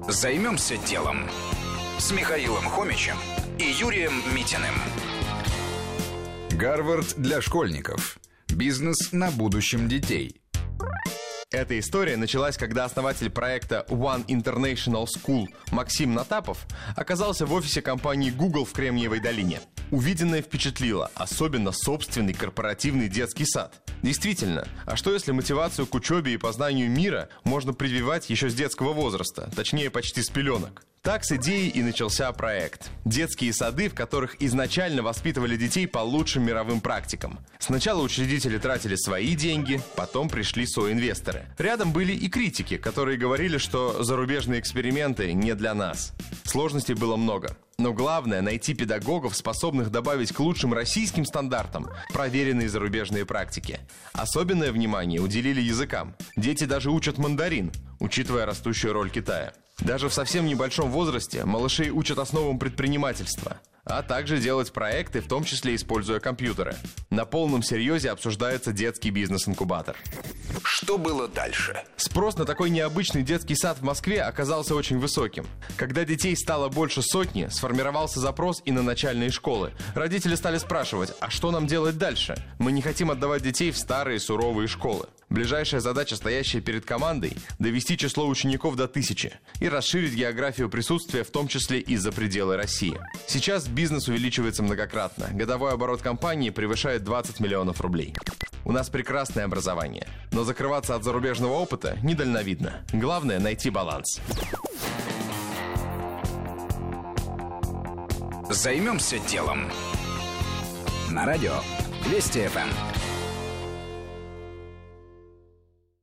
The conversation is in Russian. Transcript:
Займемся делом с Михаилом Хомичем и Юрием Митиным. Гарвард для школьников. Бизнес на будущем детей. Эта история началась, когда основатель проекта One International School Максим Натапов оказался в офисе компании Google в Кремниевой долине. Увиденное впечатлило, особенно собственный корпоративный детский сад. Действительно, а что если мотивацию к учебе и познанию мира можно прививать еще с детского возраста, точнее почти с пеленок? Так с идеей и начался проект. Детские сады, в которых изначально воспитывали детей по лучшим мировым практикам. Сначала учредители тратили свои деньги, потом пришли соинвесторы. Рядом были и критики, которые говорили, что зарубежные эксперименты не для нас. Сложностей было много. Но главное — найти педагогов, способных добавить к лучшим российским стандартам проверенные зарубежные практики. Особенное внимание уделили языкам. Дети даже учат мандарин, учитывая растущую роль Китая. Даже в совсем небольшом возрасте малышей учат основам предпринимательства, а также делать проекты, в том числе используя компьютеры. На полном серьезе обсуждается детский бизнес-инкубатор. Что было дальше? Спрос на такой необычный детский сад в Москве оказался очень высоким. Когда детей стало больше сотни, сформировался запрос и на начальные школы. Родители стали спрашивать, а что нам делать дальше? Мы не хотим отдавать детей в старые суровые школы. Ближайшая задача, стоящая перед командой – довести число учеников до 1000 и расширить географию присутствия, в том числе и за пределы России. Сейчас бизнес увеличивается многократно. Годовой оборот компании превышает 20 миллионов рублей. У нас прекрасное образование, но закрываться от зарубежного опыта недальновидно. Главное – найти баланс. Займемся делом. На радио Вести ФМ.